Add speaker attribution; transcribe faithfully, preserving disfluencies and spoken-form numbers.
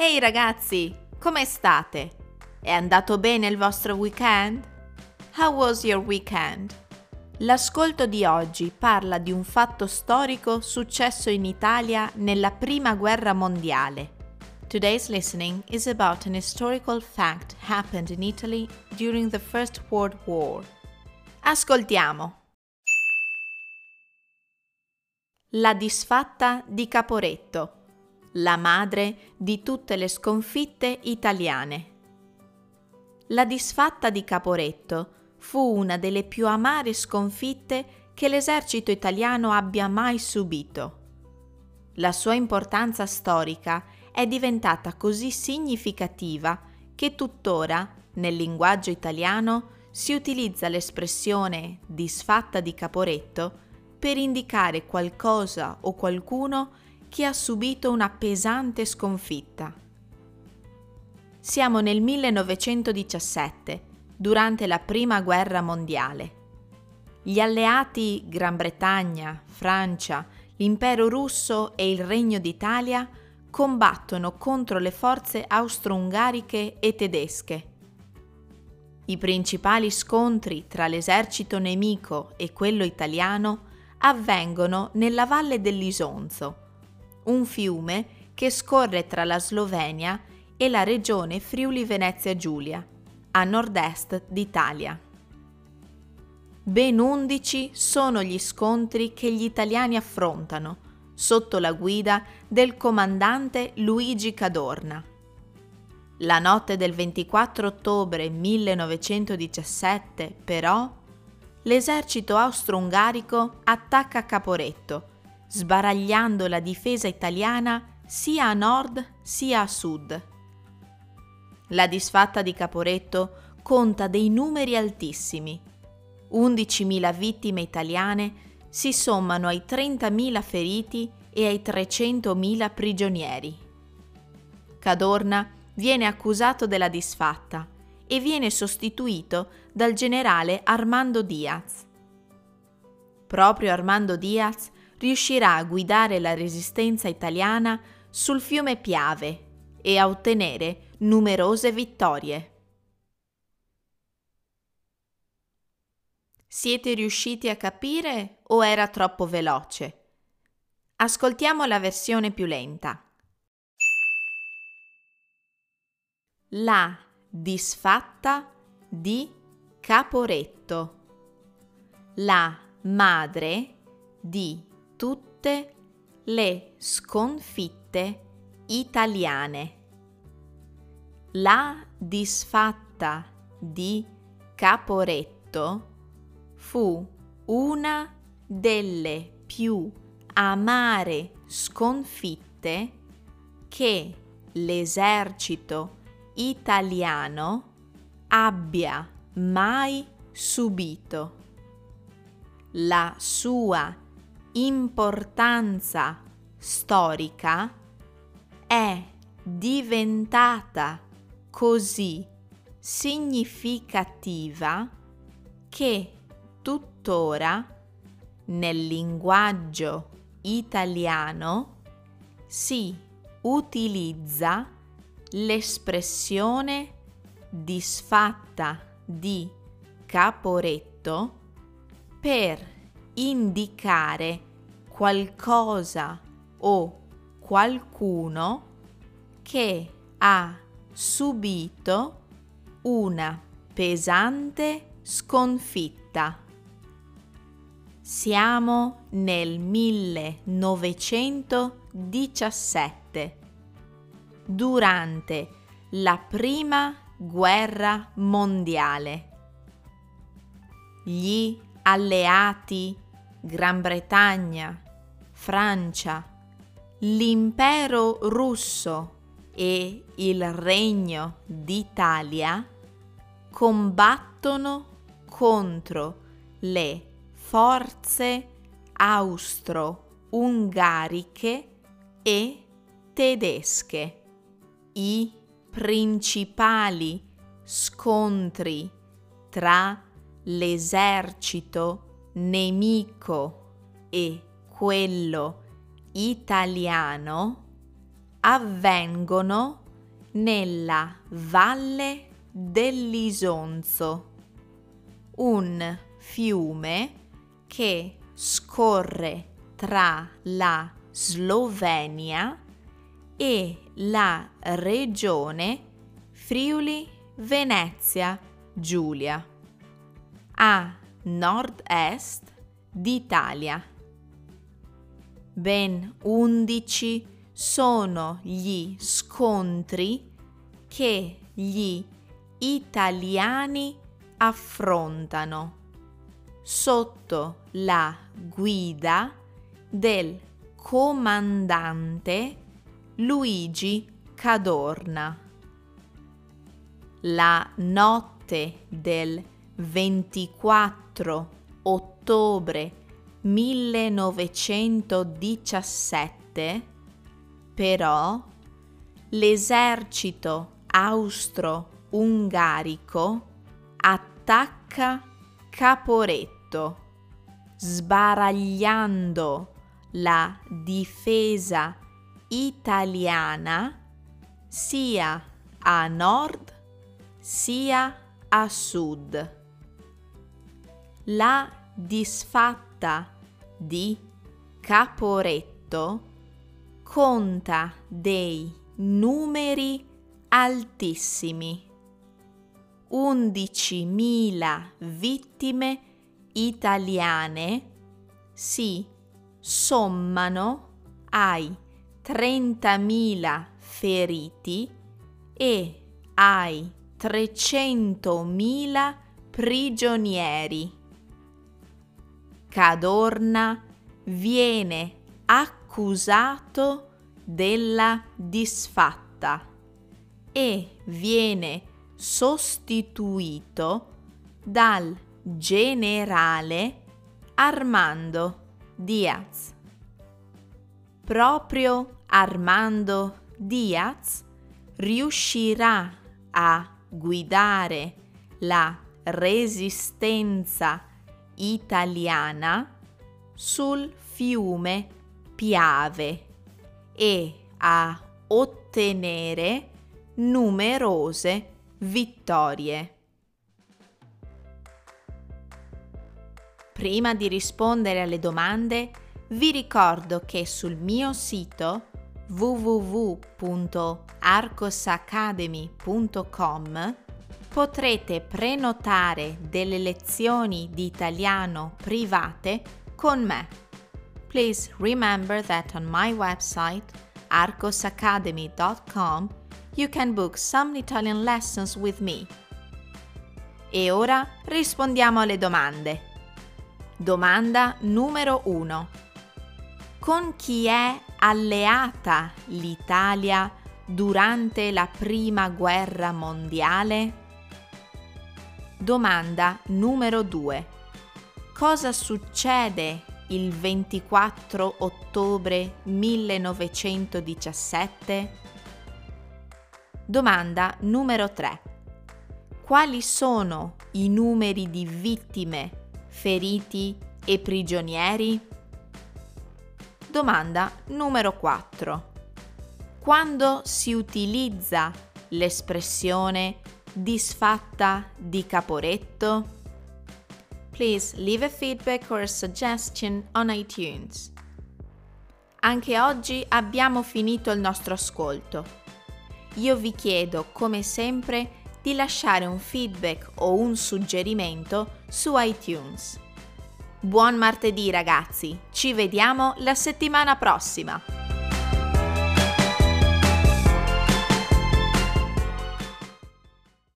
Speaker 1: Ehi ragazzi, come state? È andato bene il vostro weekend? How was your weekend? L'ascolto di oggi parla di un fatto storico successo in Italia nella Prima Guerra Mondiale. Today's listening is about an historical fact happened in Italy during the First World War. Ascoltiamo. La disfatta di Caporetto, la madre di tutte le sconfitte italiane. La disfatta di Caporetto fu una delle più amare sconfitte che l'esercito italiano abbia mai subito. La sua importanza storica è diventata così significativa che tuttora, nel linguaggio italiano, si utilizza l'espressione disfatta di Caporetto per indicare qualcosa o qualcuno che ha subito una pesante sconfitta. Siamo nel millenovecentodiciassette, durante la Prima Guerra Mondiale. Gli alleati Gran Bretagna, Francia, l'Impero Russo e il Regno d'Italia combattono contro le forze austro-ungariche e tedesche. I principali scontri tra l'esercito nemico e quello italiano avvengono nella valle dell'Isonzo, un fiume che scorre tra la Slovenia e la regione Friuli-Venezia Giulia, a nord-est d'Italia. Ben undici sono gli scontri che gli italiani affrontano, sotto la guida del comandante Luigi Cadorna. La notte del ventiquattro ottobre millenovecentodiciassette, però, l'esercito austro-ungarico attacca Caporetto, sbaragliando la difesa italiana sia a nord sia a sud. La disfatta di Caporetto conta dei numeri altissimi. undicimila vittime italiane si sommano ai trentamila feriti e ai trecentomila prigionieri. Cadorna viene accusato della disfatta e viene sostituito dal generale Armando Diaz. Proprio Armando Diaz riuscirà a guidare la resistenza italiana sul fiume Piave e a ottenere numerose vittorie. Siete riusciti a capire o era troppo veloce? Ascoltiamo la versione più lenta. La disfatta di Caporetto, la madre di tutte le sconfitte italiane. La disfatta di Caporetto fu una delle più amare sconfitte che l'esercito italiano abbia mai subito. La sua importanza storica è diventata così significativa che tuttora nel linguaggio italiano si utilizza l'espressione disfatta di Caporetto per indicare qualcosa o qualcuno che ha subito una pesante sconfitta. Siamo nel millenovecentodiciassette, durante la Prima Guerra Mondiale. Gli alleati Gran Bretagna, Francia, l'Impero Russo e il Regno d'Italia combattono contro le forze austro-ungariche e tedesche. I principali scontri tra l'esercito nemico e quello italiano avvengono nella valle dell'Isonzo, un fiume che scorre tra la Slovenia e la regione Friuli Venezia Giulia, a nord-est d'Italia. Ben undici sono gli scontri che gli italiani affrontano sotto la guida del comandante Luigi Cadorna. La notte del ventiquattro ottobre millenovecentodiciassette, però, l'esercito austro-ungarico attacca Caporetto, sbaragliando la difesa italiana sia a nord sia a sud. La disfatta di Caporetto conta dei numeri altissimi. undicimila vittime italiane si sommano ai trentamila feriti e ai trecentomila prigionieri. Cadorna viene accusato della disfatta e viene sostituito dal generale Armando Diaz. Proprio Armando Diaz riuscirà a guidare la resistenza italiana sul fiume Piave e a ottenere numerose vittorie. Prima di rispondere alle domande, vi ricordo che sul mio sito w w w punto arcosacademy punto com potrete prenotare delle lezioni di italiano private con me. Please remember that on my website arcosacademy dot com you can book some Italian lessons with me. E ora rispondiamo alle domande. Domanda numero uno. Con chi è alleata l'Italia durante la Prima Guerra Mondiale? Domanda numero due. Cosa succede il ventiquattro ottobre millenovecentodiciassette? Domanda numero tre. Quali sono i numeri di vittime, feriti e prigionieri? Domanda numero quattro. Quando si utilizza l'espressione disfatta di Caporetto? Please leave a feedback or a suggestion on iTunes. Anche oggi abbiamo finito il nostro ascolto. Io vi chiedo, come sempre, di lasciare un feedback o un suggerimento su iTunes. Buon martedì ragazzi, ci vediamo la settimana prossima!